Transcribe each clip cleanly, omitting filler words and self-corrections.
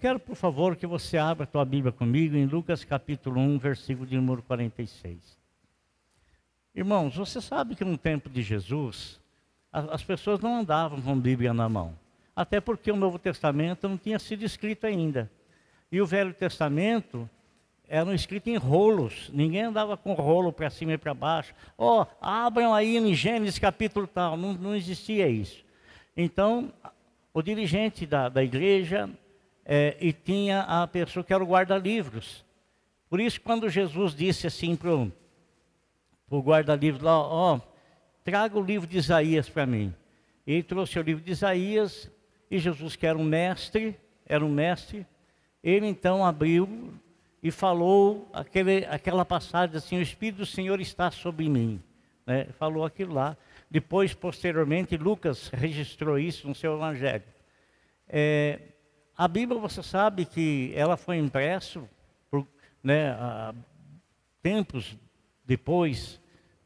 quero, por favor, que você abra a tua Bíblia comigo em Lucas capítulo 1, versículo de número 46. Irmãos, você sabe que no tempo de Jesus, as pessoas não andavam com Bíblia na mão. Até porque o Novo Testamento não tinha sido escrito ainda. E o Velho Testamento era escrito em rolos. Ninguém andava com rolo para cima e para baixo. Abram aí em Gênesis capítulo tal. Não existia isso. Então, o dirigente da igreja e tinha a pessoa que era o guarda-livros. Por isso, quando Jesus disse assim para o guarda-livros lá, traga o livro de Isaías para mim. Ele trouxe o livro de Isaías e Jesus, que era um mestre, ele então abriu e falou aquela passagem assim: o Espírito do Senhor está sobre mim, né? Falou aquilo lá. Depois, posteriormente, Lucas registrou isso no seu evangelho. A Bíblia, você sabe que ela foi impressa tempos depois,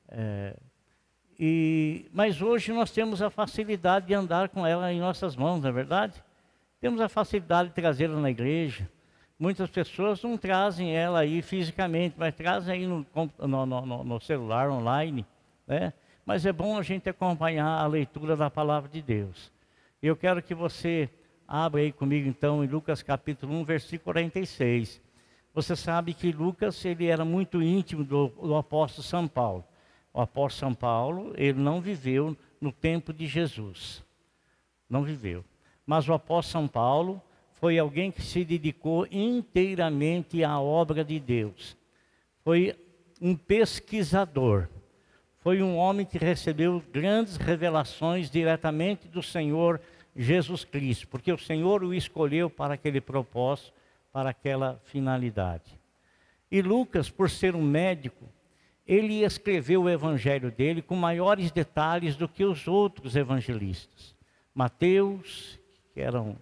mas hoje nós temos a facilidade de andar com ela em nossas mãos, não é verdade? Temos a facilidade de trazê-la na igreja. Muitas pessoas não trazem ela aí fisicamente, mas trazem aí no celular, online, né? Mas é bom a gente acompanhar a leitura da palavra de Deus. Eu quero que você abra aí comigo então em Lucas capítulo 1, versículo 46. Você sabe que Lucas, ele era muito íntimo do apóstolo São Paulo. O apóstolo São Paulo, ele não viveu no tempo de Jesus. Não viveu. Mas o apóstolo São Paulo foi alguém que se dedicou inteiramente à obra de Deus. Foi um pesquisador. Foi um homem que recebeu grandes revelações diretamente do Senhor Jesus Cristo, porque o Senhor o escolheu para aquele propósito, para aquela finalidade. E Lucas, por ser um médico, ele escreveu o evangelho dele com maiores detalhes do que os outros evangelistas. Mateus, que era um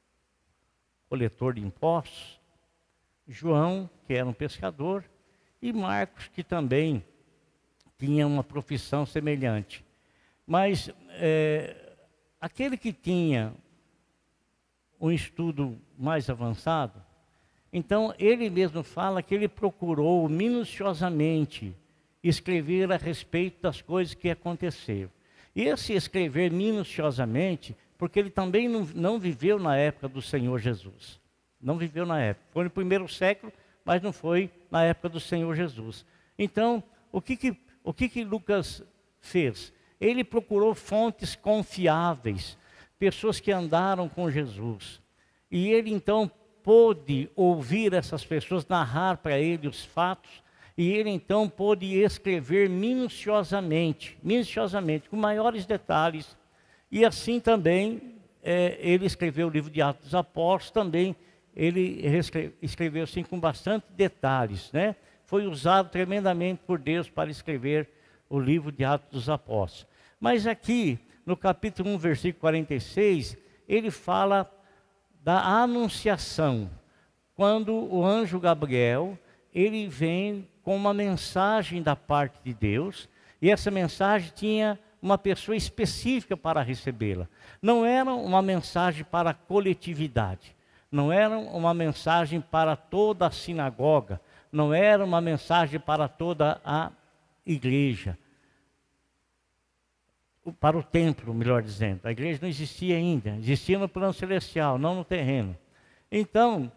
coletor de impostos, João, que era um pescador, e Marcos, que também tinha uma profissão semelhante. Mas aquele que tinha um estudo mais avançado, então ele mesmo fala que ele procurou minuciosamente escrever a respeito das coisas que aconteceram. E esse escrever minuciosamente, porque ele também não viveu na época do Senhor Jesus. Não viveu na época. Foi no primeiro século, mas não foi na época do Senhor Jesus. Então, o que Lucas fez? Ele procurou fontes confiáveis, pessoas que andaram com Jesus. E ele então pôde ouvir essas pessoas narrar para ele os fatos, e ele então pôde escrever minuciosamente, com maiores detalhes. E assim também, ele escreveu o livro de Atos dos Apóstolos, também ele escreveu assim com bastante detalhes, né? Foi usado tremendamente por Deus para escrever o livro de Atos dos Apóstolos. Mas aqui, no capítulo 1, versículo 46, ele fala da anunciação. Quando o anjo Gabriel, ele vem com uma mensagem da parte de Deus, e essa mensagem tinha uma pessoa específica para recebê-la. Não era uma mensagem para a coletividade, não era uma mensagem para toda a sinagoga, não era uma mensagem para toda a igreja, para o templo, melhor dizendo. A igreja não existia ainda, existia no plano celestial, não no terreno. Então,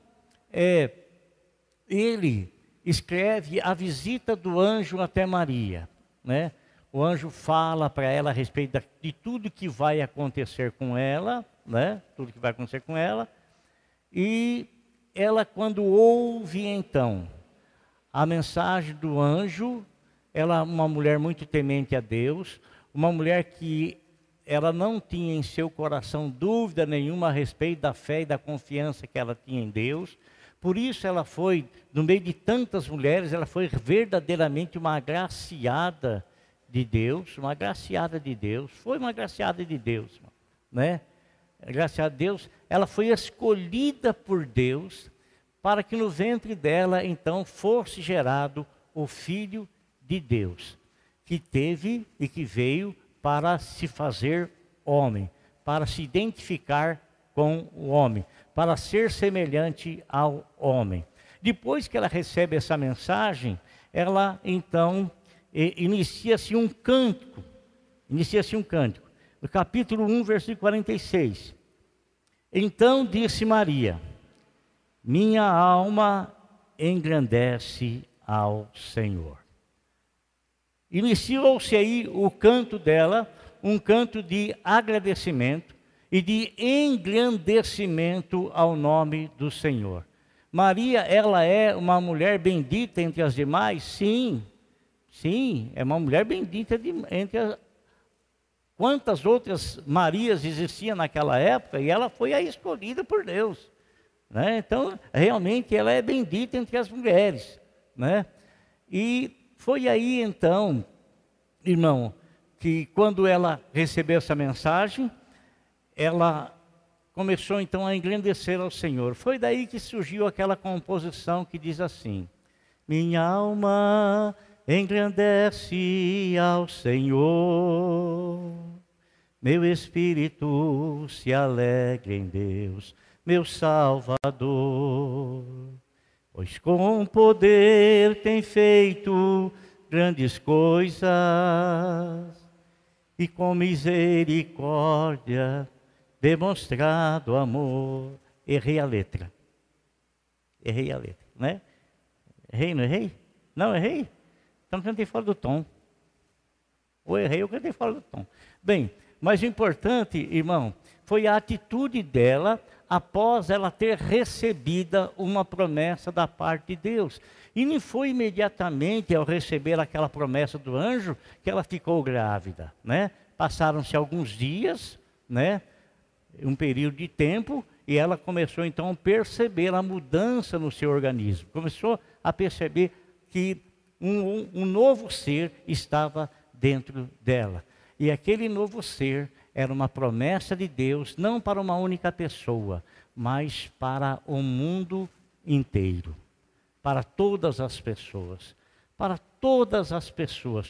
ele escreve a visita do anjo até Maria, né? O anjo fala para ela a respeito de tudo que vai acontecer com ela, né? Tudo que vai acontecer com ela. E ela, quando ouve então a mensagem do anjo, ela é uma mulher muito temente a Deus, uma mulher que ela não tinha em seu coração dúvida nenhuma a respeito da fé e da confiança que ela tinha em Deus. Por isso ela foi, no meio de tantas mulheres, ela foi verdadeiramente uma agraciada de Deus, foi uma agraciada de Deus, né? Agraciada de Deus, ela foi escolhida por Deus para que no ventre dela, então, fosse gerado o Filho de Deus, que teve e que veio para se fazer homem, para se identificar com o homem, para ser semelhante ao homem. Depois que ela recebe essa mensagem, ela então inicia-se um cântico. No capítulo 1, versículo 46. Então disse Maria: minha alma engrandece ao Senhor. Iniciou-se aí o canto dela, um canto de agradecimento e de engrandecimento ao nome do Senhor. Maria, ela é uma mulher bendita entre as demais? Sim, é uma mulher bendita entre as... Quantas outras Marias existiam naquela época, e ela foi a escolhida por Deus, né? Então, realmente, ela é bendita entre as mulheres, né? E foi aí, então, irmão, que quando ela recebeu essa mensagem, ela começou, então, a engrandecer ao Senhor. Foi daí que surgiu aquela composição que diz assim: minha alma engrandece ao Senhor, meu espírito se alegra em Deus, meu Salvador, pois com poder tem feito grandes coisas e com misericórdia demonstrado amor. Errei a letra, né? Errei, não errei? Não, errei? Então cantei fora do tom. Ou errei, eu cantei fora do tom. Bem, mas o importante, irmão, foi a atitude dela após ela ter recebido uma promessa da parte de Deus. E não foi imediatamente ao receber aquela promessa do anjo que ela ficou grávida, né? Passaram-se alguns dias, né? Um período de tempo, e ela começou então a perceber a mudança no seu organismo. Começou a perceber que um novo ser estava dentro dela. E aquele novo ser era uma promessa de Deus, não para uma única pessoa, mas para o mundo inteiro. Para todas as pessoas. Para todas as pessoas.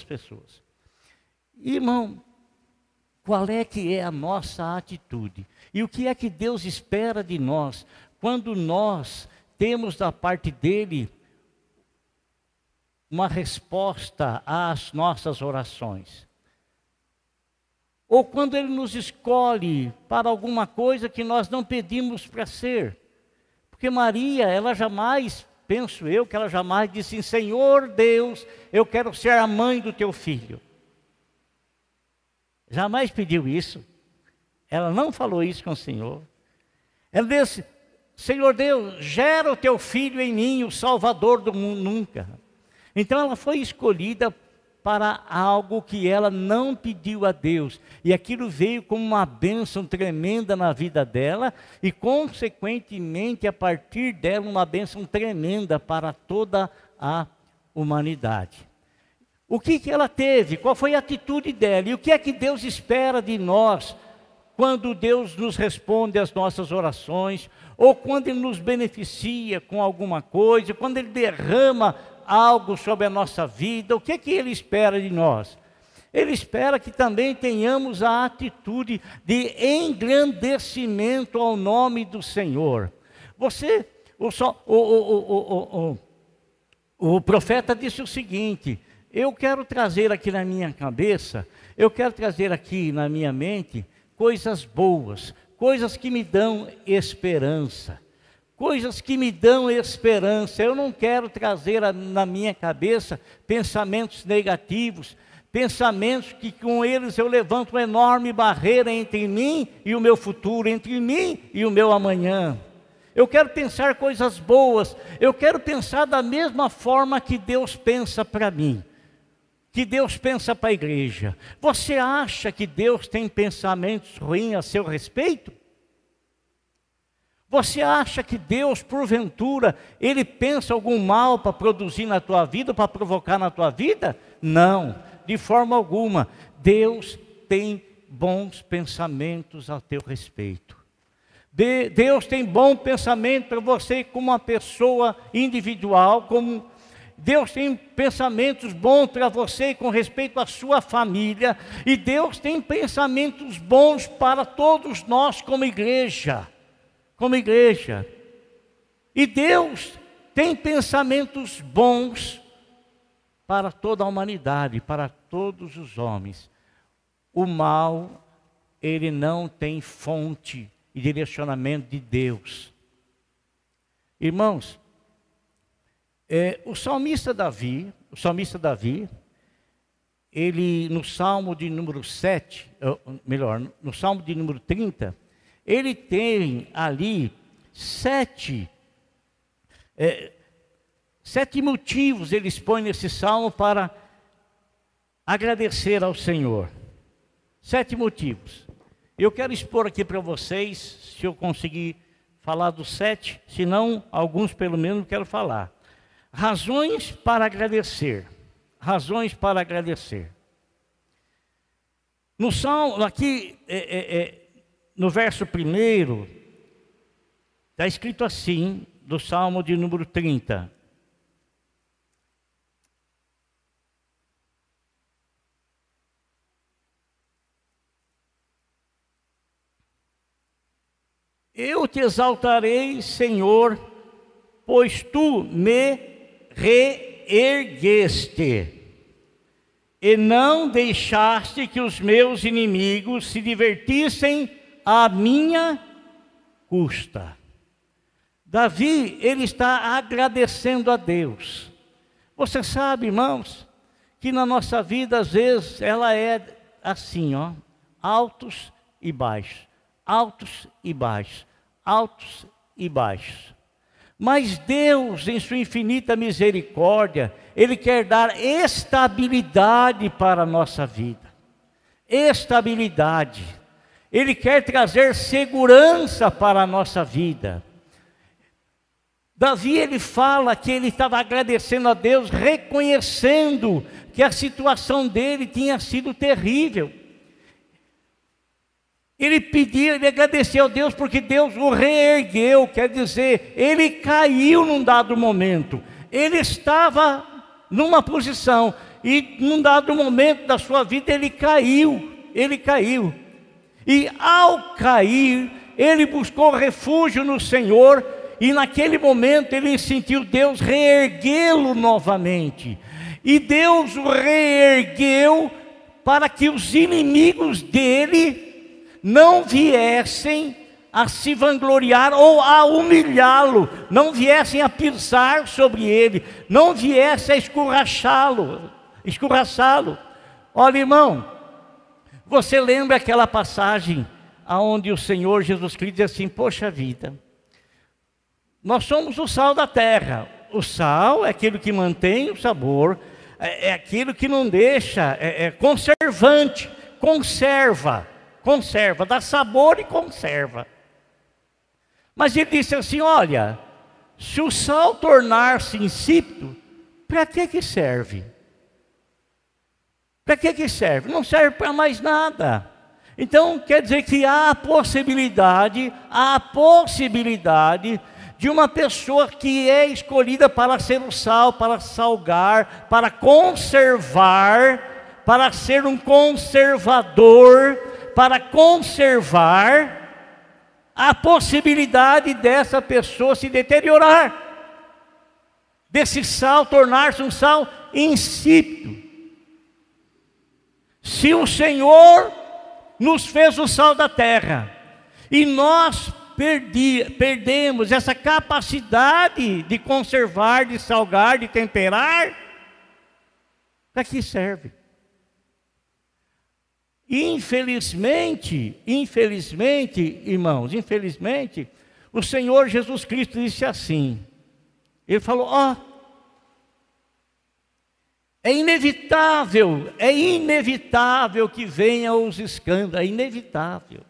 Irmão, qual é que é a nossa atitude? E o que é que Deus espera de nós quando nós temos da parte dele uma resposta às nossas orações? Ou quando ele nos escolhe para alguma coisa que nós não pedimos para ser? Porque Maria, ela jamais, penso eu, que ela jamais disse: Senhor Deus, eu quero ser a mãe do teu filho. Jamais pediu isso. Ela não falou isso com o Senhor. Ela disse: Senhor Deus, gera o teu filho em mim, o Salvador do mundo. Nunca. Então ela foi escolhida para algo que ela não pediu a Deus. E aquilo veio como uma bênção tremenda na vida dela. E consequentemente, a partir dela, uma bênção tremenda para toda a humanidade. O que ela teve? Qual foi a atitude dela? E o que é que Deus espera de nós quando Deus nos responde às nossas orações, ou quando Ele nos beneficia com alguma coisa, quando Ele derrama algo sobre a nossa vida? O que é que Ele espera de nós? Ele espera que também tenhamos a atitude de engrandecimento ao nome do Senhor. O profeta disse o seguinte: eu quero trazer aqui na minha cabeça, eu quero trazer aqui na minha mente coisas boas, coisas que me dão esperança. Coisas que me dão esperança. Eu não quero trazer na minha cabeça pensamentos negativos, pensamentos que com eles eu levanto uma enorme barreira entre mim e o meu futuro, entre mim e o meu amanhã. Eu quero pensar coisas boas, eu quero pensar da mesma forma que Deus pensa para mim, que Deus pensa para a igreja. Você acha que Deus tem pensamentos ruins a seu respeito? Você acha que Deus, porventura, Ele pensa algum mal para produzir na tua vida, para provocar na tua vida? Não, de forma alguma. Deus tem bons pensamentos a teu respeito. Deus tem bom pensamento para você como uma pessoa individual, Deus tem pensamentos bons para você com respeito à sua família, e Deus tem pensamentos bons para todos nós como igreja. Como igreja. E Deus tem pensamentos bons para toda a humanidade, para todos os homens. O mal, ele não tem fonte e direcionamento de Deus. Irmãos, o salmista Davi, ele no Salmo de número 7, no Salmo de número 30, ele tem ali 7 motivos, ele expõe nesse salmo para agradecer ao Senhor. 7 motivos. Eu quero expor aqui para vocês, se eu conseguir falar dos 7, se não, alguns pelo menos quero falar. Razões para agradecer. Razões para agradecer. No salmo, aqui, no verso 1, está escrito assim, do Salmo de número 30. Eu te exaltarei, Senhor, pois tu me reergueste, e não deixaste que os meus inimigos se divertissem à minha custa. Davi, ele está agradecendo a Deus. Você sabe, irmãos, que na nossa vida, às vezes, ela é assim, ó, altos e baixos, altos e baixos, altos e baixos. Mas Deus, em sua infinita misericórdia, Ele quer dar estabilidade para a nossa vida. Estabilidade. Ele quer trazer segurança para a nossa vida. Davi, ele fala que ele estava agradecendo a Deus, reconhecendo que a situação dele tinha sido terrível. Ele pediu, ele agradeceu a Deus porque Deus o reergueu, quer dizer, ele caiu num dado momento. Ele estava numa posição e num dado momento da sua vida ele caiu. E ao cair, ele buscou refúgio no Senhor e naquele momento ele sentiu Deus reerguê-lo novamente. E Deus o reergueu para que os inimigos dele não viessem a se vangloriar ou a humilhá-lo, não viessem a pisar sobre ele, não viessem a escorraçá-lo. Olha, irmão, você lembra aquela passagem onde o Senhor Jesus Cristo diz assim: poxa vida, nós somos o sal da terra. O sal é aquilo que mantém o sabor, é aquilo que não deixa, é conservante, conserva, dá sabor e conserva. Mas ele disse assim: olha, se o sal tornar-se insípido, para que serve? Para que serve? Não serve para mais nada. Então quer dizer que há a possibilidade de uma pessoa que é escolhida para ser o sal, para salgar, para conservar, para ser um conservador, para conservar, a possibilidade dessa pessoa se deteriorar, desse sal tornar-se um sal insípido. Se o Senhor nos fez o sal da terra e nós perdemos essa capacidade de conservar, de salgar, de temperar, para que serve? Infelizmente, irmãos, o Senhor Jesus Cristo disse assim, Ele falou: é inevitável que venham os escândalos, é inevitável.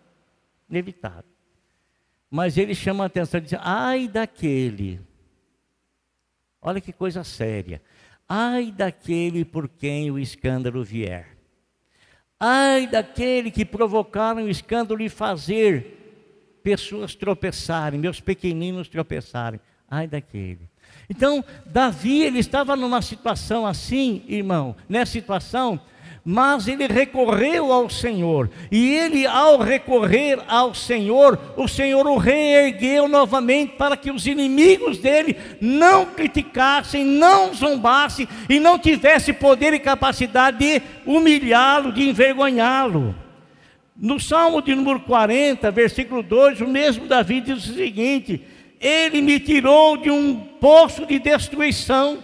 Mas Ele chama a atenção e diz: ai daquele, olha que coisa séria, ai daquele por quem o escândalo vier. Ai daquele que provocaram o escândalo e fazer pessoas tropeçarem, meus pequeninos tropeçarem. Ai daquele. Então, Davi, ele estava numa situação assim, irmão, nessa situação, mas ele recorreu ao Senhor. E ele, ao recorrer ao Senhor, o Senhor o reergueu novamente para que os inimigos dele não criticassem, não zombassem e não tivessem poder e capacidade de humilhá-lo, de envergonhá-lo. No Salmo de número 40, versículo 2, o mesmo Davi diz o seguinte: ele me tirou de um poço de destruição.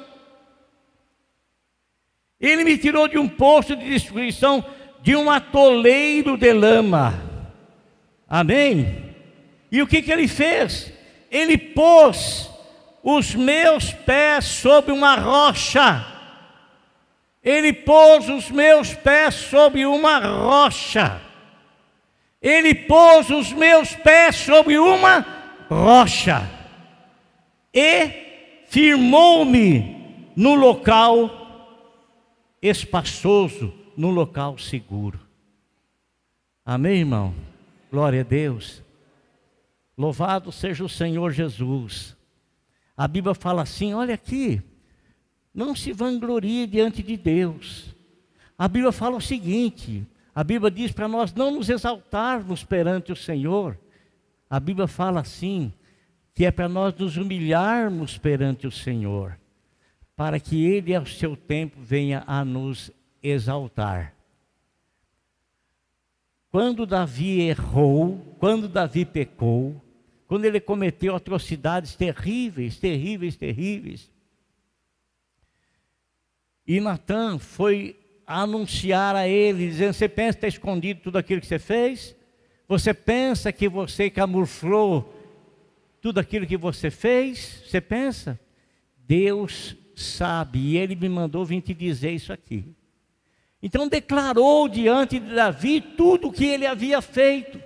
Ele me tirou de um poço de destruição, de um atoleiro de lama. Amém? E o que ele fez? Ele pôs os meus pés sobre uma rocha. Ele pôs os meus pés sobre uma rocha. Ele pôs os meus pés sobre uma rocha e firmou-me no local espaçoso, no local seguro. Amém, irmão? Glória a Deus. Louvado seja o Senhor Jesus. A Bíblia fala assim, olha aqui, não se vanglorie diante de Deus. A Bíblia fala o seguinte, a Bíblia diz para nós não nos exaltarmos perante o Senhor. A Bíblia fala assim, que é para nós nos humilharmos perante o Senhor, para que Ele ao seu tempo venha a nos exaltar. Quando Davi errou, quando Davi pecou, quando ele cometeu atrocidades terríveis, terríveis, terríveis, e Natã foi anunciar a ele, dizendo, você pensa que está escondido tudo aquilo que você fez? Você pensa que você camuflou tudo aquilo que você fez? Você pensa? Deus sabe, e Ele me mandou vir te dizer isso aqui. Então declarou diante de Davi tudo o que ele havia feito.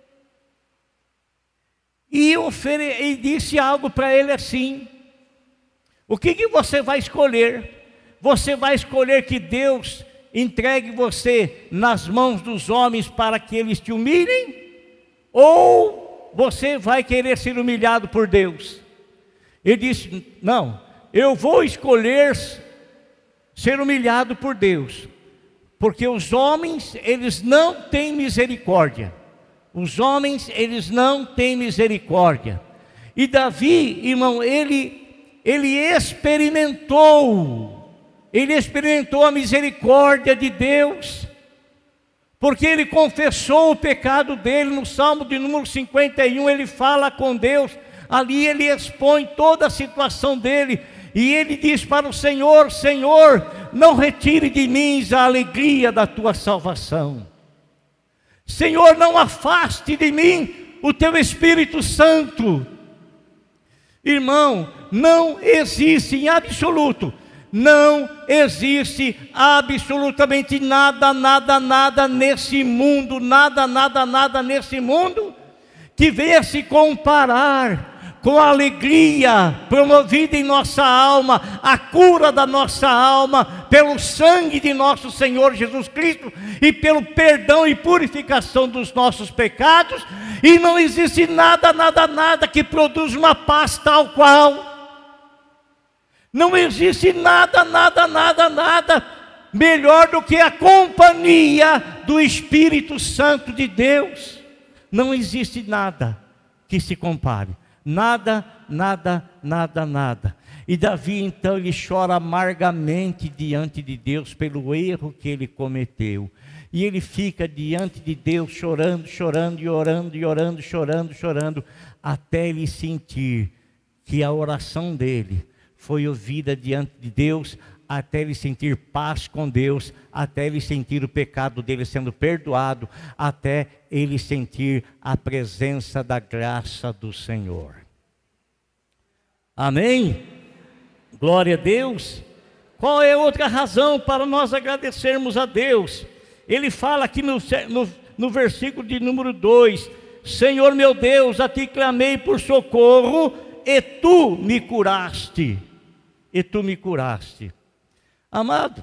E disse algo para ele assim, o que você vai escolher? Você vai escolher que Deus entregue você nas mãos dos homens para que eles te humilhem? Ou você vai querer ser humilhado por Deus? Ele disse, não, eu vou escolher ser humilhado por Deus, porque os homens, eles não têm misericórdia. Os homens, eles não têm misericórdia. E Davi, irmão, ele experimentou a misericórdia de Deus, porque ele confessou o pecado dele. No Salmo de número 51, ele fala com Deus, ali ele expõe toda a situação dele, e ele diz para o Senhor, Senhor, não retire de mim a alegria da tua salvação. Senhor, não afaste de mim o teu Espírito Santo. Irmão, não existe em absoluto, não existe absolutamente nada nesse mundo, nada nesse mundo que venha se comparar com a alegria promovida em nossa alma, a cura da nossa alma, pelo sangue de nosso Senhor Jesus Cristo e pelo perdão e purificação dos nossos pecados. E não existe nada que produz uma paz tal qual. Não existe nada melhor do que a companhia do Espírito Santo de Deus. Não existe nada que se compare. Nada. E Davi então ele chora amargamente diante de Deus pelo erro que ele cometeu. E ele fica diante de Deus chorando e orando, chorando, até ele sentir que a oração dele foi ouvida diante de Deus, até ele sentir paz com Deus, até ele sentir o pecado dele sendo perdoado, até ele sentir a presença da graça do Senhor. Amém? Glória a Deus. Qual é outra razão para nós agradecermos a Deus? Ele fala aqui no versículo de número 2, Senhor meu Deus, a ti clamei por socorro, e tu me curaste. Amado,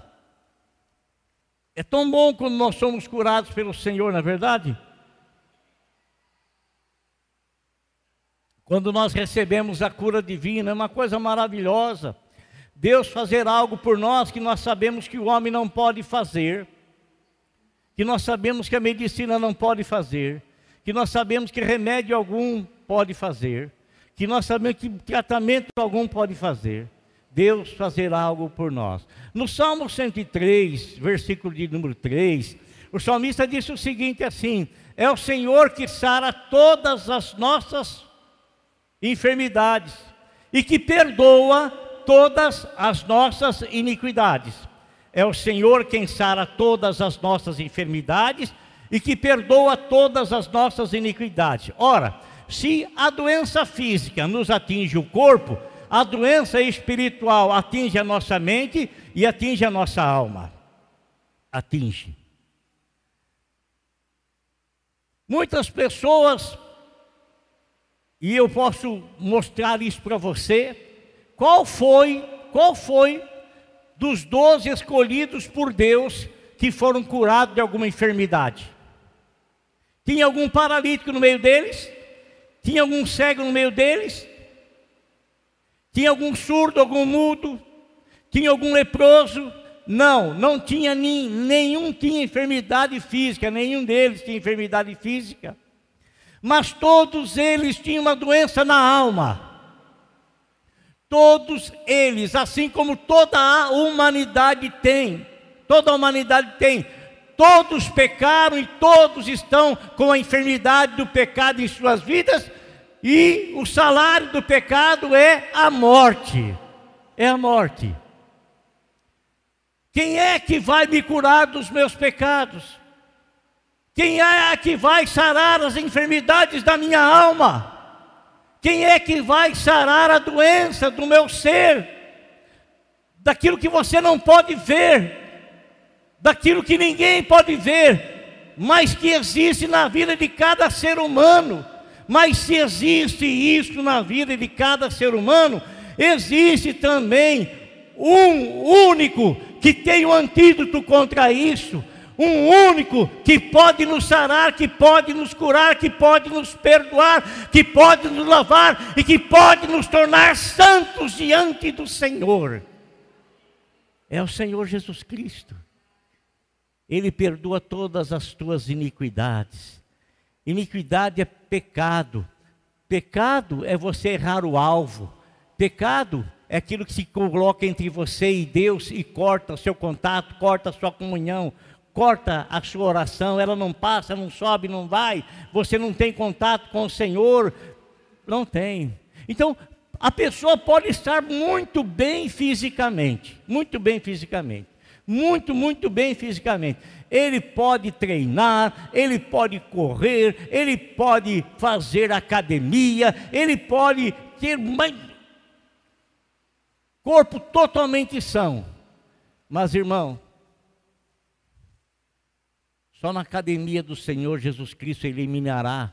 é tão bom quando nós somos curados pelo Senhor, não é verdade? Quando nós recebemos a cura divina, é uma coisa maravilhosa. Deus fazer algo por nós que nós sabemos que o homem não pode fazer, que nós sabemos que a medicina não pode fazer, que nós sabemos que remédio algum pode fazer, que nós sabemos que tratamento algum pode fazer. Deus fazer algo por nós. No Salmo 103, versículo de número 3, o salmista disse o seguinte assim: é o Senhor que sara todas as nossas enfermidades e que perdoa todas as nossas iniquidades. É o Senhor quem sara todas as nossas enfermidades e que perdoa todas as nossas iniquidades. Ora, se a doença física nos atinge o corpo, a doença espiritual atinge a nossa mente e atinge a nossa alma. Atinge. Muitas pessoas, e eu posso mostrar isso para você, qual foi dos 12 escolhidos por Deus que foram curados de alguma enfermidade? Tinha algum paralítico no meio deles? Tinha algum cego no meio deles? Tinha algum surdo, algum mudo? Tinha algum leproso? Não, não tinha nenhum tinha enfermidade física, nenhum deles tinha enfermidade física. Mas todos eles tinham uma doença na alma. Todos eles, assim como toda a humanidade tem, todos pecaram e todos estão com a enfermidade do pecado em suas vidas, e o salário do pecado é a morte. É a morte. Quem é que vai me curar dos meus pecados? Quem é que vai sarar as enfermidades da minha alma? Quem é que vai sarar a doença do meu ser? Daquilo que você não pode ver, daquilo que ninguém pode ver, mas que existe na vida de cada ser humano. Mas se existe isso na vida de cada ser humano, existe também um único que tem o antídoto contra isso, um único que pode nos sarar, que pode nos curar, que pode nos perdoar, que pode nos lavar e que pode nos tornar santos diante do Senhor. É o Senhor Jesus Cristo. Ele perdoa todas as tuas iniquidades. Iniquidade é pecado. Pecado é você errar o alvo. Pecado é aquilo que se coloca entre você e Deus e corta o seu contato, corta a sua comunhão, corta a sua oração. Ela não passa, não sobe, não vai. Você não tem contato com o Senhor. Não tem. Então, a pessoa pode estar muito bem fisicamente. Muito bem fisicamente. Muito bem fisicamente. Ele pode treinar, ele pode correr, ele pode fazer academia, ele pode ter um corpo totalmente são. Mas, irmão, só na academia do Senhor Jesus Cristo eliminará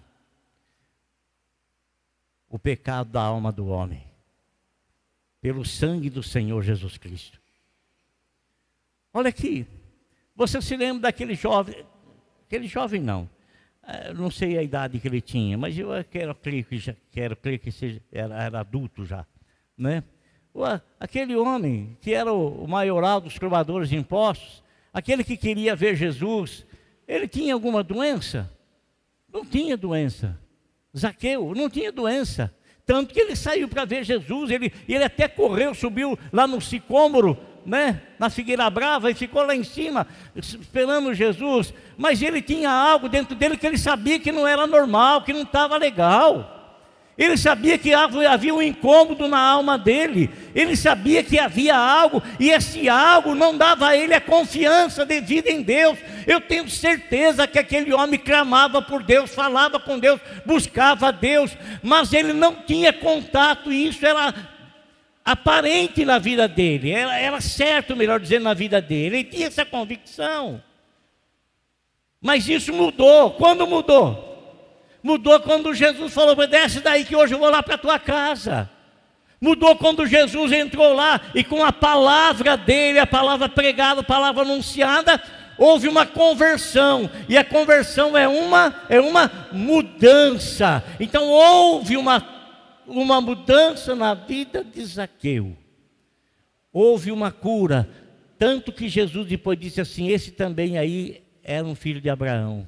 o pecado da alma do homem, pelo sangue do Senhor Jesus Cristo. Olha aqui, você se lembra daquele jovem não, não sei a idade que ele tinha, mas eu quero crer que seja, era adulto já, né? Aquele homem que era o maioral dos cobradores de impostos, aquele que queria ver Jesus, ele tinha alguma doença? Não tinha doença. Zaqueu não tinha doença, tanto que ele saiu para ver Jesus, ele até correu, subiu lá no sicômoro, né, na figueira brava, e ficou lá em cima esperando Jesus. Mas ele tinha algo dentro dele que ele sabia que não era normal, que não estava legal. Ele sabia que havia um incômodo na alma dele. Ele sabia que havia algo, e esse algo não dava a ele a confiança devida em Deus. Eu tenho certeza que aquele homem clamava por Deus, falava com Deus, buscava a Deus, mas ele não tinha contato, e isso era aparente na vida dele, era certo, melhor dizendo, na vida dele. Ele tinha essa convicção. Mas isso mudou. Quando mudou? Mudou quando Jesus falou: desce daí que hoje eu vou lá para a tua casa. Mudou quando Jesus entrou lá e com a palavra dele, a palavra pregada, a palavra anunciada, houve uma conversão. E a conversão é uma mudança. Então houve uma uma mudança na vida de Zaqueu. Houve uma cura, tanto que Jesus depois disse assim: esse também aí era um filho de Abraão.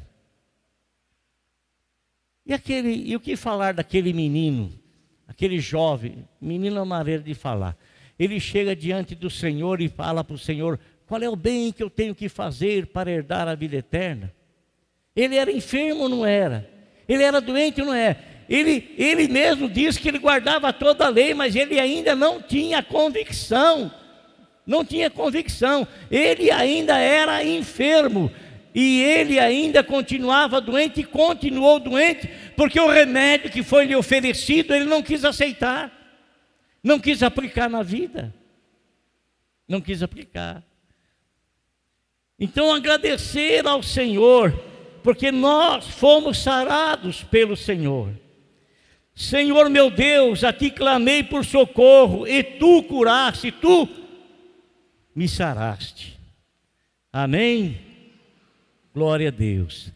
E o que falar daquele menino, aquele jovem, menino é uma maneira de falar. Ele chega diante do Senhor e fala para o Senhor: qual é o bem que eu tenho que fazer para herdar a vida eterna? Ele era enfermo ou não era? Ele era doente ou não é? Ele mesmo disse que ele guardava toda a lei, mas ele ainda não tinha convicção. Não tinha convicção. Ele ainda era enfermo. E ele ainda continuava doente e continuou doente, porque o remédio que foi lhe oferecido, ele não quis aceitar. Não quis aplicar na vida. Não quis aplicar. Então agradecer ao Senhor, porque nós fomos sarados pelo Senhor. Senhor meu Deus, a ti clamei por socorro, e tu curaste, tu me saraste. Amém? Glória a Deus.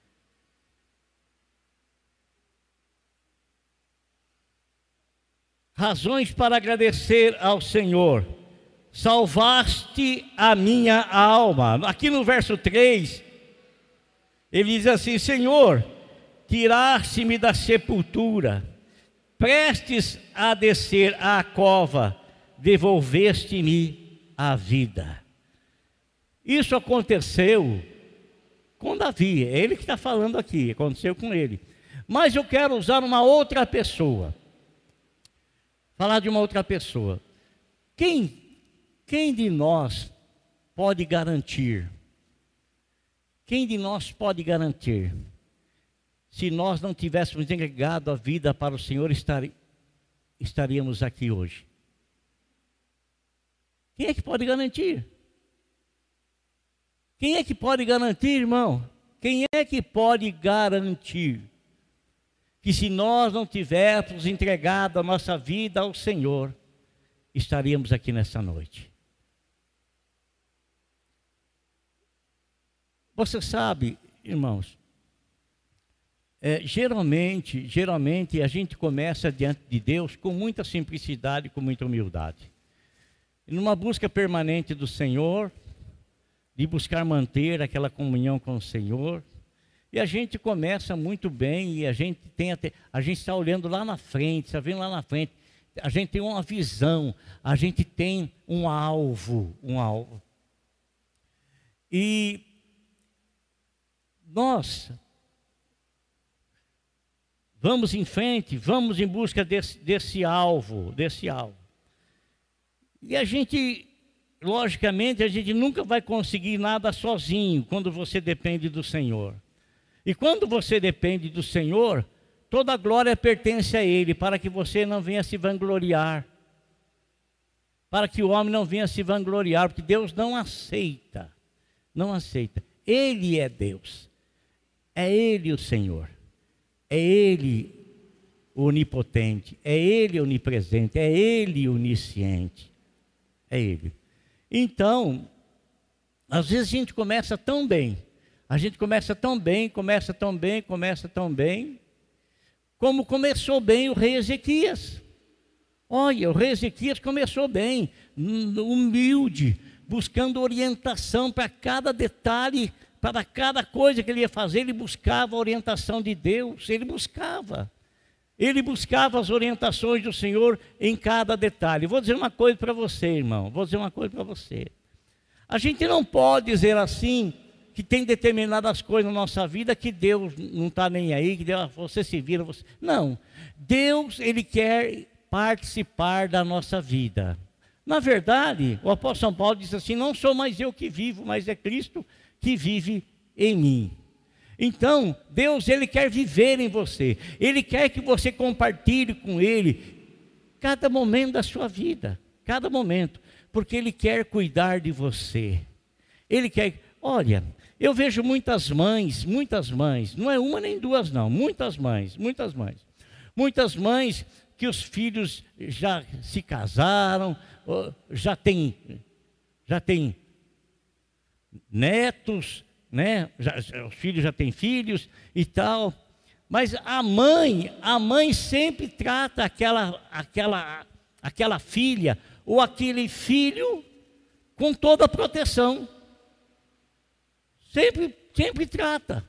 Razões para agradecer ao Senhor. Salvaste a minha alma. Aqui no verso 3, ele diz assim: Senhor, tiraste-me da sepultura, prestes a descer à cova, devolveste-me a vida. Isso aconteceu com Davi, é ele que está falando aqui, aconteceu com ele. Mas eu quero usar uma outra pessoa, falar de uma outra pessoa. Quem de nós pode garantir? Quem de nós pode garantir? Se nós não tivéssemos entregado a vida para o Senhor, estaríamos aqui hoje. Quem é que pode garantir? Quem é que pode garantir, irmão? Quem é que pode garantir que se nós não tivéssemos entregado a nossa vida ao Senhor, estaríamos aqui nessa noite? Você sabe, irmãos, geralmente a gente começa diante de Deus com muita simplicidade, com muita humildade. Numa busca permanente do Senhor, de buscar manter aquela comunhão com o Senhor. E a gente começa muito bem, e a gente está olhando lá na frente, está vendo lá na frente, a gente tem uma visão, a gente tem um alvo. E nós vamos em frente, vamos em busca desse alvo. E a gente, logicamente, a gente nunca vai conseguir nada sozinho quando você depende do Senhor. E quando você depende do Senhor, toda a glória pertence a Ele, para que você não venha se vangloriar. Para que o homem não venha se vangloriar, porque Deus não aceita. Não aceita. Ele é Deus. É Ele o Senhor. É Ele o onipotente. É Ele onipresente. É Ele onisciente. É Ele. Então, às vezes a gente começa tão bem. A gente começa tão bem, como começou bem o rei Ezequias. Olha, o rei Ezequias começou bem, humilde, buscando orientação para cada detalhe, para cada coisa que ele ia fazer. Ele buscava a orientação de Deus, ele buscava as orientações do Senhor em cada detalhe. Vou dizer uma coisa para você, irmão, A gente não pode dizer assim, que tem determinadas coisas na nossa vida que Deus não está nem aí, que Deus, você se vira, você... Não, Deus, Ele quer participar da nossa vida. Na verdade, o apóstolo São Paulo diz assim: não sou mais eu que vivo, mas é Cristo que vive em mim. Então, Deus, Ele quer viver em você. Ele quer que você compartilhe com Ele cada momento da sua vida, cada momento, porque Ele quer cuidar de você. Ele quer... Olha, eu vejo muitas mães, não é uma nem duas não, muitas mães que os filhos já se casaram, já tem netos, né? Os filhos já têm filhos e tal, Mas a mãe sempre trata aquela filha ou aquele filho com toda a proteção. Sempre trata,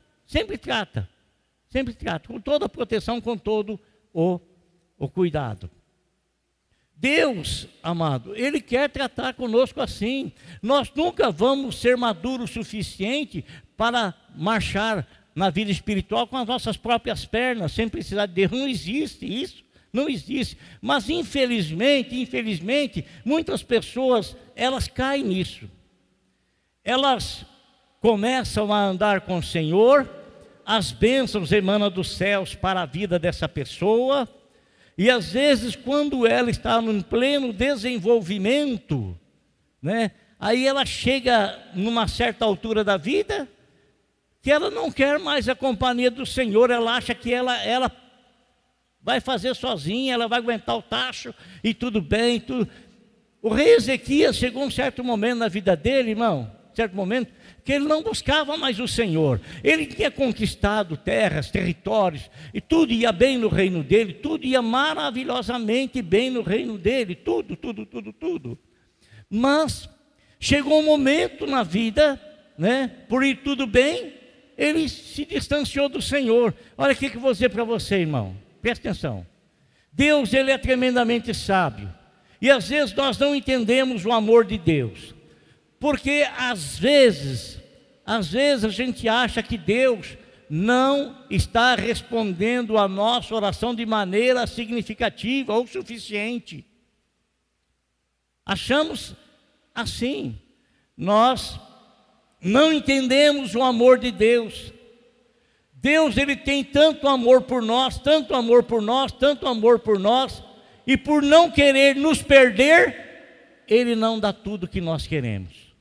com toda a proteção, com todo o cuidado. Deus, amado, Ele quer tratar conosco assim. Nós nunca vamos ser maduros o suficiente para marchar na vida espiritual com as nossas próprias pernas, sem precisar de Deus. Não existe isso, não existe. Mas infelizmente, muitas pessoas, elas caem nisso. Elas começam a andar com o Senhor, as bênçãos emanam dos céus para a vida dessa pessoa, e às vezes quando ela está em pleno desenvolvimento, né, aí ela chega numa certa altura da vida, que ela não quer mais a companhia do Senhor, ela acha que ela vai fazer sozinha, ela vai aguentar o tacho, e tudo bem, tudo. O rei Ezequias chegou um certo momento na vida dele, irmão, certo momento, que ele não buscava mais o Senhor. Ele tinha conquistado terras, territórios, e tudo ia bem no reino dele, tudo ia maravilhosamente bem no reino dele, tudo. Mas chegou um momento na vida, né, por ir tudo bem, ele se distanciou do Senhor. Olha o que eu vou dizer para você, irmão, presta atenção. Deus, Ele é tremendamente sábio, e às vezes nós não entendemos o amor de Deus, porque às vezes a gente acha que Deus não está respondendo a nossa oração de maneira significativa ou suficiente. Achamos assim. Nós não entendemos o amor de Deus. Deus, Ele tem tanto amor por nós, e por não querer nos perder, Ele não dá tudo que nós queremos.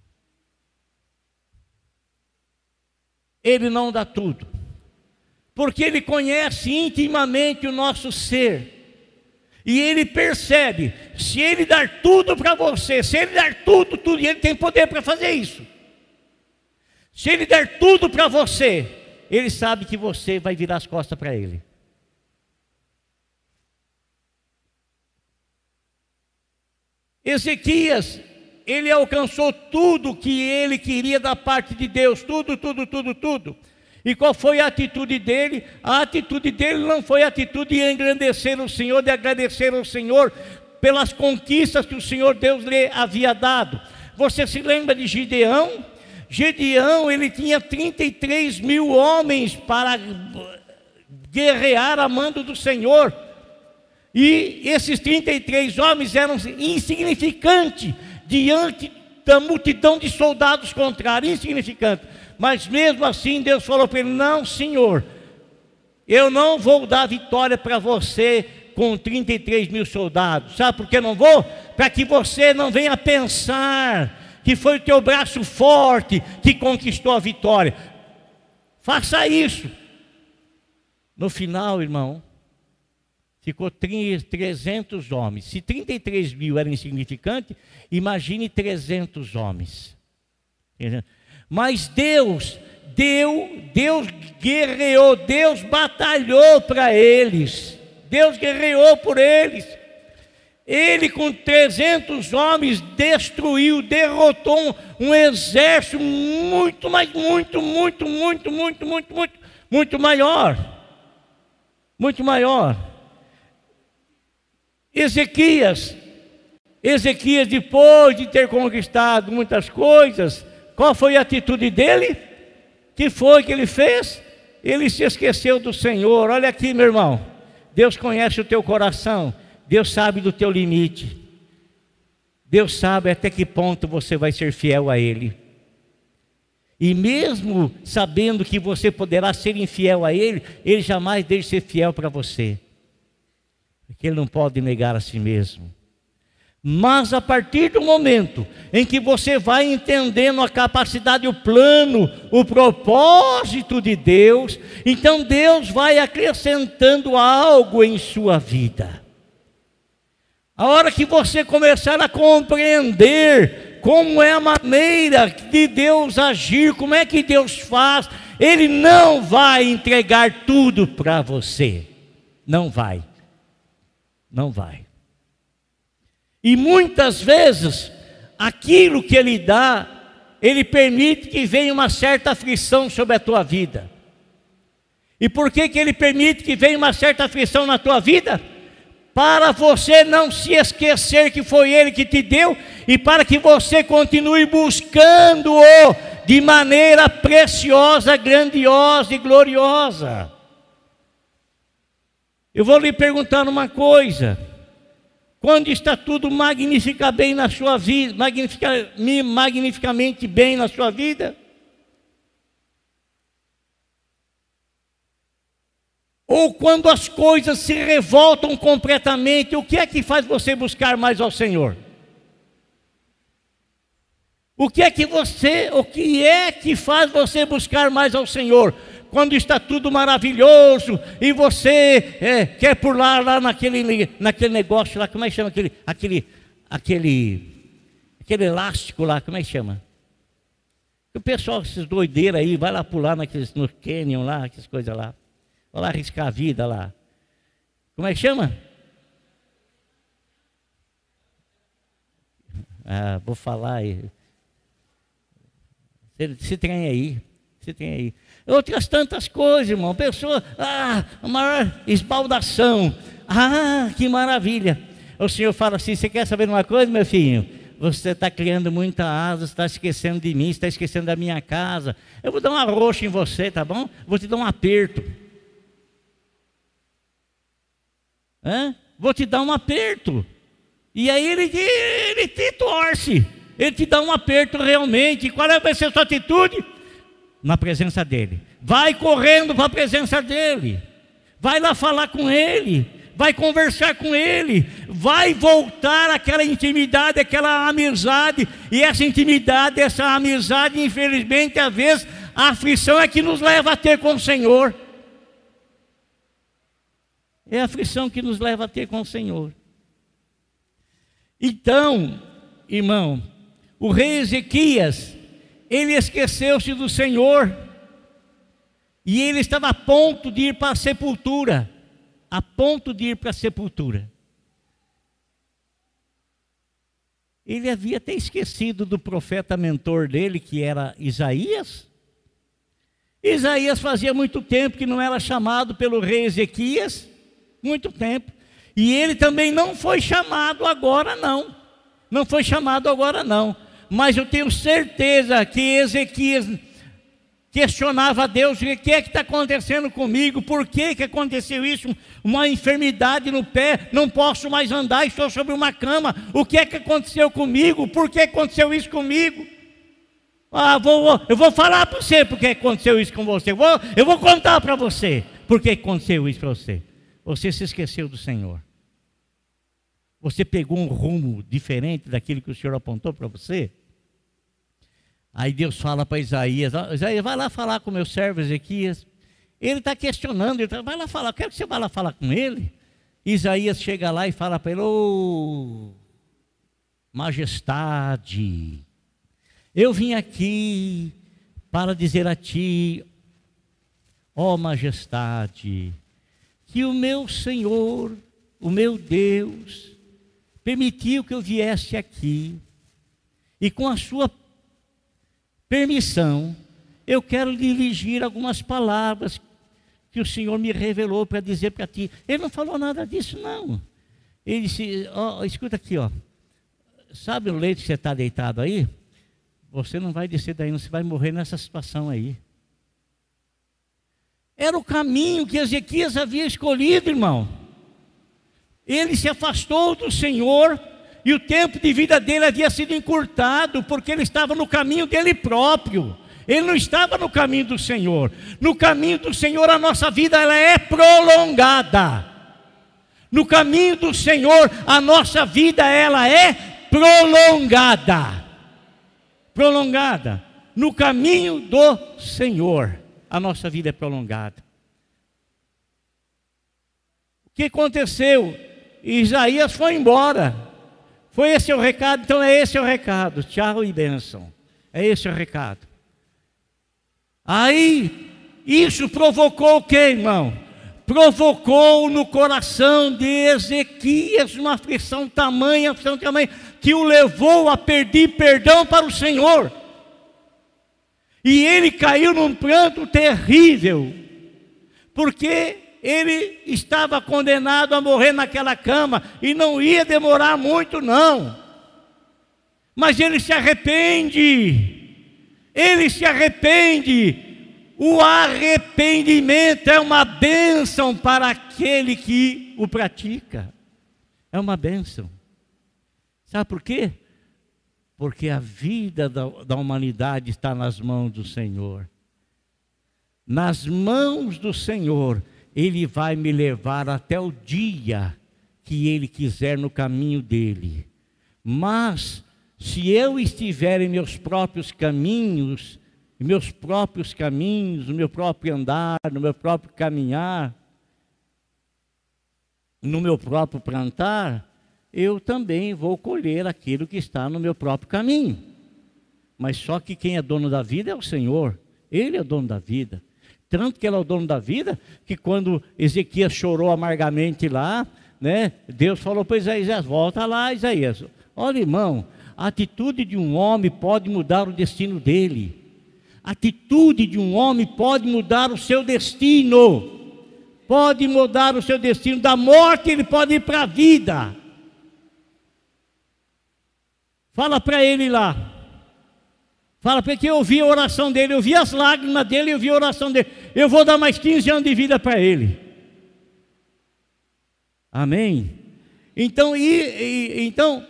Ele não dá tudo, porque Ele conhece intimamente o nosso ser, e Ele percebe, se Ele dar tudo para você, se Ele dar tudo, e Ele tem poder para fazer isso. Se Ele der tudo para você, Ele sabe que você vai virar as costas para Ele. Ezequias, ele alcançou tudo que ele queria da parte de Deus, tudo. E qual foi a atitude dele? A atitude dele não foi a atitude de engrandecer o Senhor, de agradecer ao Senhor pelas conquistas que o Senhor Deus lhe havia dado. Você se lembra de Gideão? Gideão, ele tinha 33 mil homens para guerrear a mando do Senhor. E esses 33 homens eram insignificantes diante da multidão de soldados contrários, insignificante. Mas mesmo assim Deus falou para ele: não, Senhor, eu não vou dar vitória para você com 33 mil soldados. Sabe por que não vou? Para que você não venha pensar que foi o teu braço forte que conquistou a vitória. Faça isso. No final, irmão, ficou 300 homens. Se 33 mil era insignificante, imagine 300 homens. Mas Deus guerreou, Deus batalhou para eles. Deus guerreou por eles. Ele com 300 homens destruiu, derrotou um exército muito maior. Muito maior. Ezequias, depois de ter conquistado muitas coisas, qual foi a atitude dele? Que foi que ele fez? Ele se esqueceu do Senhor. Olha aqui, meu irmão, Deus conhece o teu coração, Deus sabe do teu limite, Deus sabe até que ponto você vai ser fiel a Ele. E mesmo sabendo que você poderá ser infiel a Ele, Ele jamais deixa de ser fiel para você, porque Ele não pode negar a si mesmo. Mas a partir do momento em que você vai entendendo a capacidade, o plano, o propósito de Deus, então Deus vai acrescentando algo em sua vida. A hora que você começar a compreender como é a maneira de Deus agir, como é que Deus faz, Ele não vai entregar tudo para você. Não vai. Não vai. E muitas vezes, aquilo que Ele dá, Ele permite que venha uma certa aflição sobre a tua vida. E por que Ele permite que venha uma certa aflição na tua vida? Para você não se esquecer que foi Ele que te deu, e para que você continue buscando-o de maneira preciosa, grandiosa e gloriosa. Eu vou lhe perguntar uma coisa: quando está tudo magnifica bem na sua vida, magnificamente bem na sua vida? Ou quando as coisas se revoltam completamente, o que é que faz você buscar mais ao Senhor? O que é que faz você buscar mais ao Senhor? Quando está tudo maravilhoso e você quer pular lá naquele negócio lá, como é que chama aquele elástico lá, como é que chama? O pessoal, esses doideiros aí, vai lá pular no canyon lá, aquelas coisas lá. Vai lá arriscar a vida lá. Como é que chama? Vou falar aí. Se tem aí. Outras tantas coisas, irmão. Pessoa, a maior esbaldação. Que maravilha. O Senhor fala assim: você quer saber uma coisa, meu filho? Você está criando muita asa, você está esquecendo de mim, você está esquecendo da minha casa. Eu vou dar uma roxa em você, tá bom? Vou te dar um aperto. Vou te dar um aperto. E aí ele te torce. Ele te dá um aperto realmente. E qual vai ser a sua atitude? Na presença dele. Vai correndo para a presença dele. Vai lá falar com ele. Vai conversar com ele. Vai voltar àquela intimidade, aquela amizade. E essa intimidade, essa amizade, infelizmente, às vezes, a aflição é que nos leva a ter com o Senhor. É a aflição que nos leva a ter com o Senhor. Então, irmão, o rei Ezequias, ele esqueceu-se do Senhor, e ele estava a ponto de ir para a sepultura, Ele havia até esquecido do profeta mentor dele, que era Isaías. Isaías fazia muito tempo que não era chamado pelo rei Ezequias, muito tempo, e ele também não foi chamado agora não, mas eu tenho certeza que Ezequias questionava a Deus: o que é que está acontecendo comigo? Por que aconteceu isso? Uma enfermidade no pé, não posso mais andar, estou sobre uma cama. O que é que aconteceu comigo? Por que aconteceu isso comigo? Eu vou falar para você porque aconteceu isso com você. Eu vou contar para você porque aconteceu isso para você. Você se esqueceu do Senhor. Você pegou um rumo diferente daquilo que o Senhor apontou para você. Aí Deus fala para Isaías: Isaías, vai lá falar com o meu servo Ezequias. Ele está questionando, vai lá falar, eu quero que você vá lá falar com ele. Isaías chega lá e fala para ele: majestade, eu vim aqui para dizer a ti, majestade, que o meu Senhor, o meu Deus, permitiu que eu viesse aqui, e com a sua permissão, eu quero dirigir algumas palavras que o Senhor me revelou para dizer para ti. Ele não falou nada disso, não. Ele disse: escuta aqui, sabe o leito que você está deitado aí? Você não vai descer daí, você vai morrer nessa situação aí. Era o caminho que Ezequias havia escolhido, irmão. Ele se afastou do Senhor e o tempo de vida dele havia sido encurtado, porque ele estava no caminho dele próprio. Ele não estava no caminho do Senhor. No caminho do Senhor a nossa vida ela é prolongada. No caminho do Senhor a nossa vida ela é prolongada. Prolongada. No caminho do Senhor a nossa vida é prolongada. O que aconteceu? Isaías foi embora. Foi esse o recado? Então é esse o recado. Tchau e bênção. É esse o recado. Aí Isso provocou o quê, irmão? Provocou no coração de Ezequias uma aflição tamanha, que o levou a pedir perdão para o Senhor. E ele caiu num pranto terrível, porque ele estava condenado a morrer naquela cama, e não ia demorar muito não. Mas ele se arrepende, O arrependimento é uma bênção para aquele que o pratica, é uma bênção. Sabe por quê? Porque a vida da humanidade está nas mãos do Senhor. Nas mãos do Senhor, Ele vai me levar até o dia que Ele quiser no caminho dEle. Mas, se eu estiver em meus próprios caminhos, no meu próprio andar, no meu próprio caminhar, no meu próprio plantar, eu também vou colher aquilo que está no meu próprio caminho. Mas só que quem é dono da vida é o Senhor. Ele é o dono da vida. Tanto que Ele é o dono da vida, que quando Ezequias chorou amargamente lá, né, Deus falou para Isaías: volta lá, Isaías. Olha, irmão, a atitude de um homem pode mudar o destino dele. A atitude de um homem pode mudar o seu destino. Pode mudar o seu destino. Da morte ele pode ir para a vida. Fala para ele lá. Fala para ele que eu ouvi a oração dele, eu ouvi as lágrimas dele, eu ouvi a oração dele. Eu vou dar mais 15 anos de vida para ele. Amém? Então, então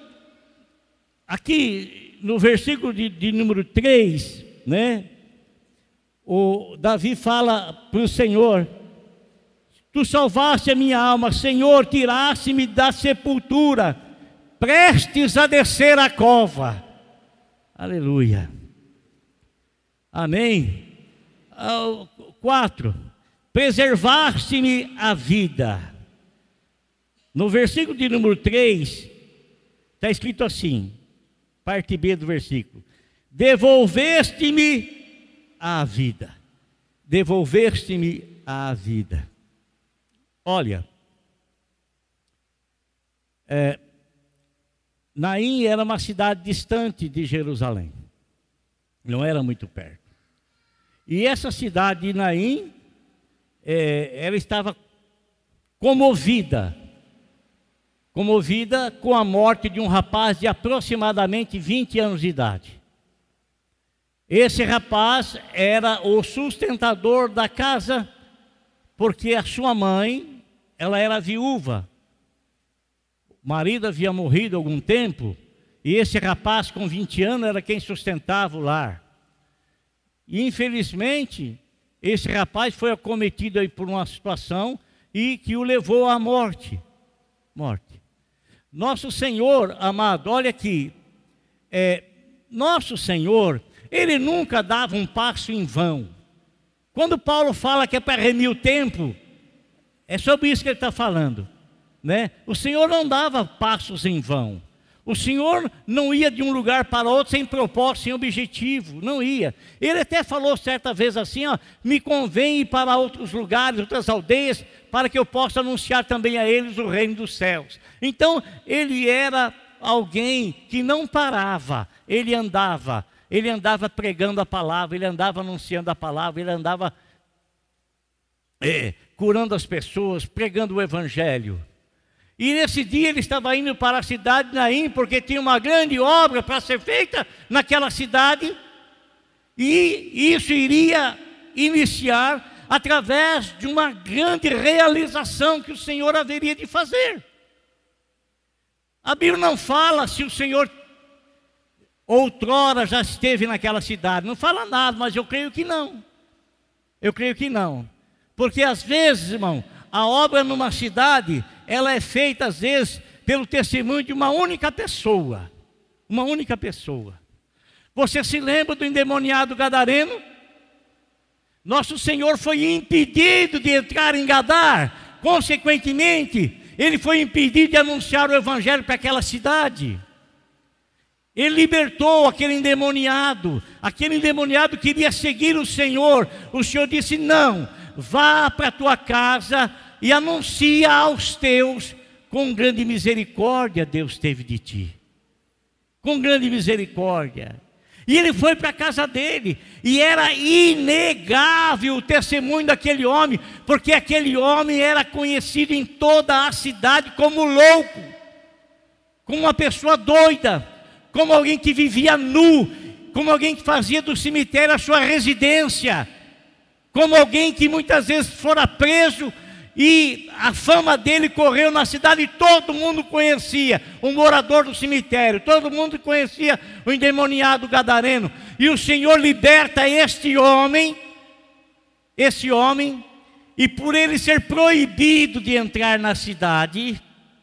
aqui no versículo de número 3, né? O Davi fala para o Senhor: Tu salvaste a minha alma, Senhor, tiraste-me da sepultura, prestes a descer a cova. Aleluia. Amém. 4. Preservaste-me a vida. No versículo de número 3, está escrito assim, parte B do versículo: devolveste-me a vida. Devolveste-me a vida. Olha, Naim era uma cidade distante de Jerusalém, não era muito perto. E essa cidade de Naim, ela estava comovida com a morte de um rapaz de aproximadamente 20 anos de idade. Esse rapaz era o sustentador da casa, porque a sua mãe, ela era viúva. O marido havia morrido há algum tempo, e esse rapaz com 20 anos era quem sustentava o lar. E infelizmente, esse rapaz foi acometido aí por uma situação e que o levou à morte. Nosso Senhor, amado, olha aqui, nosso Senhor, Ele nunca dava um passo em vão. Quando Paulo fala que é para remir o tempo, é sobre isso que ele está falando, né? O Senhor não dava passos em vão. O Senhor não ia de um lugar para outro sem propósito, sem objetivo, não ia. Ele até falou certa vez assim, me convém ir para outros lugares, outras aldeias, para que eu possa anunciar também a eles o reino dos céus. Então, ele era alguém que não parava, ele andava pregando a palavra, ele andava anunciando a palavra, ele andava curando as pessoas, pregando o evangelho. E nesse dia ele estava indo para a cidade de Naim, porque tinha uma grande obra para ser feita naquela cidade, e isso iria iniciar através de uma grande realização que o Senhor haveria de fazer. A Bíblia não fala se o Senhor outrora já esteve naquela cidade, não fala nada, mas eu creio que não. Eu creio que não. Porque às vezes, irmão, a obra numa cidade, ela é feita às vezes pelo testemunho de uma única pessoa. Uma única pessoa. Você se lembra do endemoniado gadareno? Nosso Senhor foi impedido de entrar em Gadar. Consequentemente, ele foi impedido de anunciar o evangelho para aquela cidade. Ele libertou aquele endemoniado. Aquele endemoniado queria seguir o Senhor. O Senhor disse: não, vá para a tua casa e anuncia aos teus, com grande misericórdia Deus teve de ti. Com grande misericórdia. E ele foi para a casa dele, e era inegável o testemunho daquele homem, porque aquele homem era conhecido em toda a cidade como louco, como uma pessoa doida, como alguém que vivia nu, como alguém que fazia do cemitério a sua residência, como alguém que muitas vezes fora preso, e a fama dele correu na cidade e todo mundo conhecia o morador do cemitério, todo mundo conhecia o endemoniado gadareno. E o Senhor liberta esse homem, e por ele ser proibido de entrar na cidade,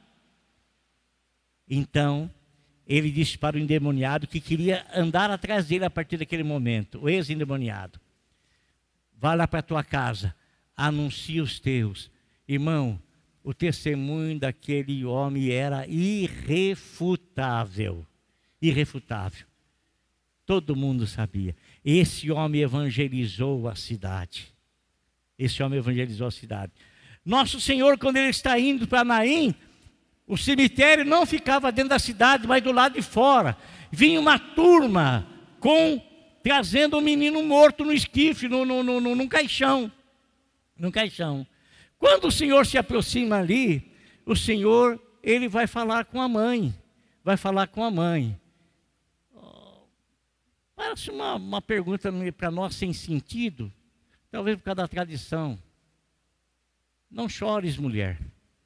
então ele disse para o endemoniado que queria andar atrás dele a partir daquele momento, o ex-endemoniado: vá lá para a tua casa, anuncia os teus. Irmão, o testemunho daquele homem era irrefutável. Irrefutável. Todo mundo sabia. Esse homem evangelizou a cidade. Esse homem evangelizou a cidade. Nosso Senhor, quando ele está indo para Naim, o cemitério não ficava dentro da cidade, mas do lado de fora. Vinha uma turma trazendo um menino morto no esquife, num caixão. Num caixão. Quando o Senhor se aproxima ali, o Senhor, ele vai falar com a mãe. Vai falar com a mãe. Parece uma pergunta para nós sem sentido, talvez por causa da tradição. Não chores, mulher.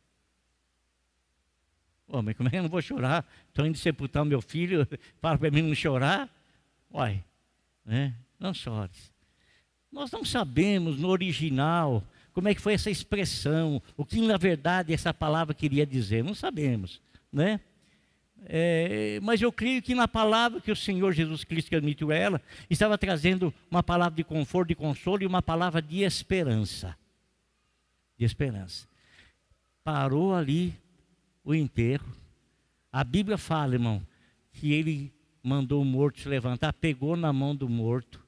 Oh, mas como é que eu não vou chorar? Estou indo sepultar o meu filho, para mim não chorar? Uai, né? Não chores. Nós não sabemos no original como é que foi essa expressão, o que na verdade essa palavra queria dizer, não sabemos, né? Mas eu creio que na palavra que o Senhor Jesus Cristo transmitiu a ela, estava trazendo uma palavra de conforto, de consolo e uma palavra de esperança. De esperança. Parou ali o enterro. A Bíblia fala, irmão, que ele mandou o morto se levantar, pegou na mão do morto,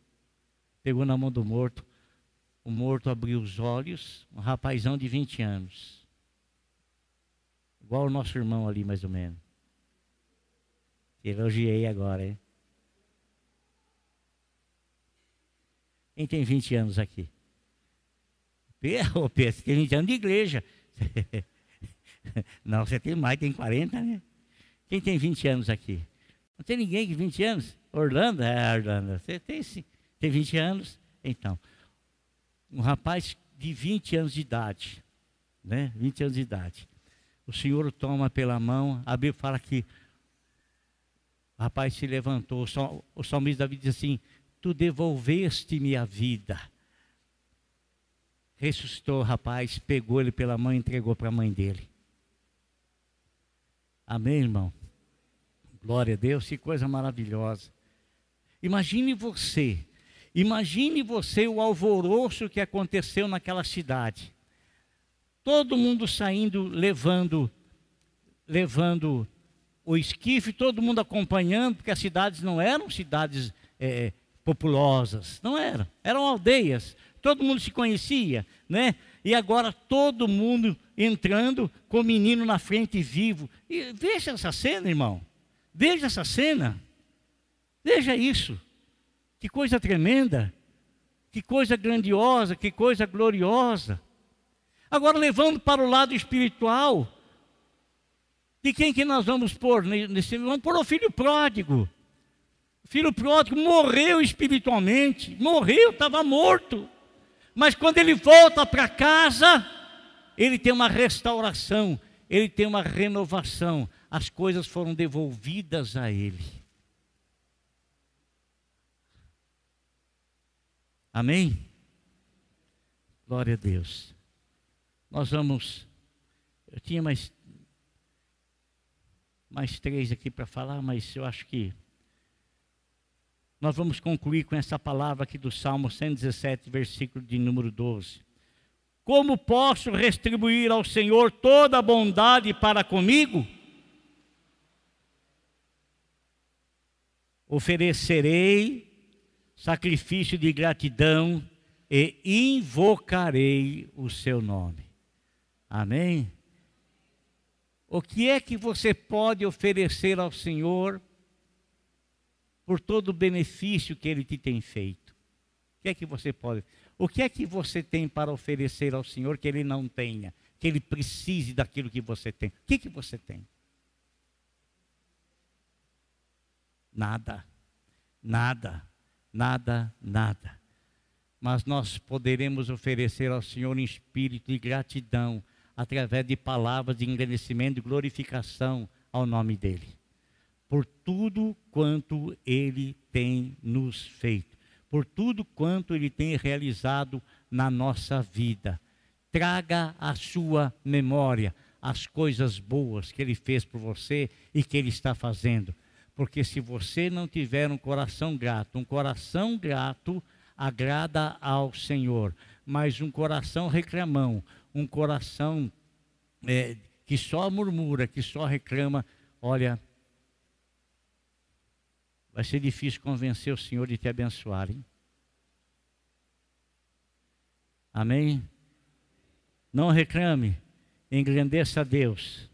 o morto abriu os olhos, um rapazão de 20 anos. Igual o nosso irmão ali, mais ou menos. Elogiei agora, hein? Quem tem 20 anos aqui? Pedro, você tem 20 anos de igreja. Não, você tem mais, tem 40, né? Quem tem 20 anos aqui? Não tem ninguém com 20 anos? Orlando? Orlando. Você tem 20 anos? Então, um rapaz de 20 anos de idade, né? 20 anos de idade. O Senhor o toma pela mão, a Bíblia fala que o rapaz se levantou, o salmista Davi diz assim: tu devolveste-me a vida. Ressuscitou o rapaz, pegou ele pela mão e entregou para a mãe dele. Amém, irmão? Glória a Deus, que coisa maravilhosa. Imagine você o alvoroço que aconteceu naquela cidade. Todo mundo saindo, levando o esquife, todo mundo acompanhando, porque as cidades não eram cidades populosas, não eram, eram aldeias, todo mundo se conhecia, né? E agora todo mundo entrando com o menino na frente vivo. E veja essa cena, irmão, veja essa cena, veja isso, que coisa tremenda, que coisa grandiosa, que coisa gloriosa. Agora levando para o lado espiritual, de quem que nós vamos pôr? Vamos pôr o filho pródigo. O filho pródigo morreu espiritualmente, morreu, estava morto. Mas quando ele volta para casa, ele tem uma restauração, ele tem uma renovação. As coisas foram devolvidas a ele. Amém? Glória a Deus. Nós vamos... Eu tinha mais 3 aqui para falar, mas eu acho que nós vamos concluir com essa palavra aqui do Salmo 117, versículo de número 12. Como posso retribuir ao Senhor toda a bondade para comigo? oferecerei sacrifício de gratidão e invocarei o seu nome. Amém? O que é que você pode oferecer ao Senhor por todo o benefício que Ele te tem feito? O que é que você pode? O que é que você tem para oferecer ao Senhor que Ele não tenha? Que Ele precise daquilo que você tem? O que é que você tem? Nada, nada, nada, nada. Mas nós poderemos oferecer ao Senhor em espírito de gratidão, através de palavras de engrandecimento e glorificação ao nome dEle, por tudo quanto Ele tem nos feito, por tudo quanto Ele tem realizado na nossa vida. Traga à sua memória as coisas boas que Ele fez por você e que Ele está fazendo. Porque se você não tiver um coração grato agrada ao Senhor. Mas um coração reclamão, um coração que só murmura, que só reclama, olha, vai ser difícil convencer o Senhor de te abençoar, hein? Amém? Não reclame, engrandeça a Deus.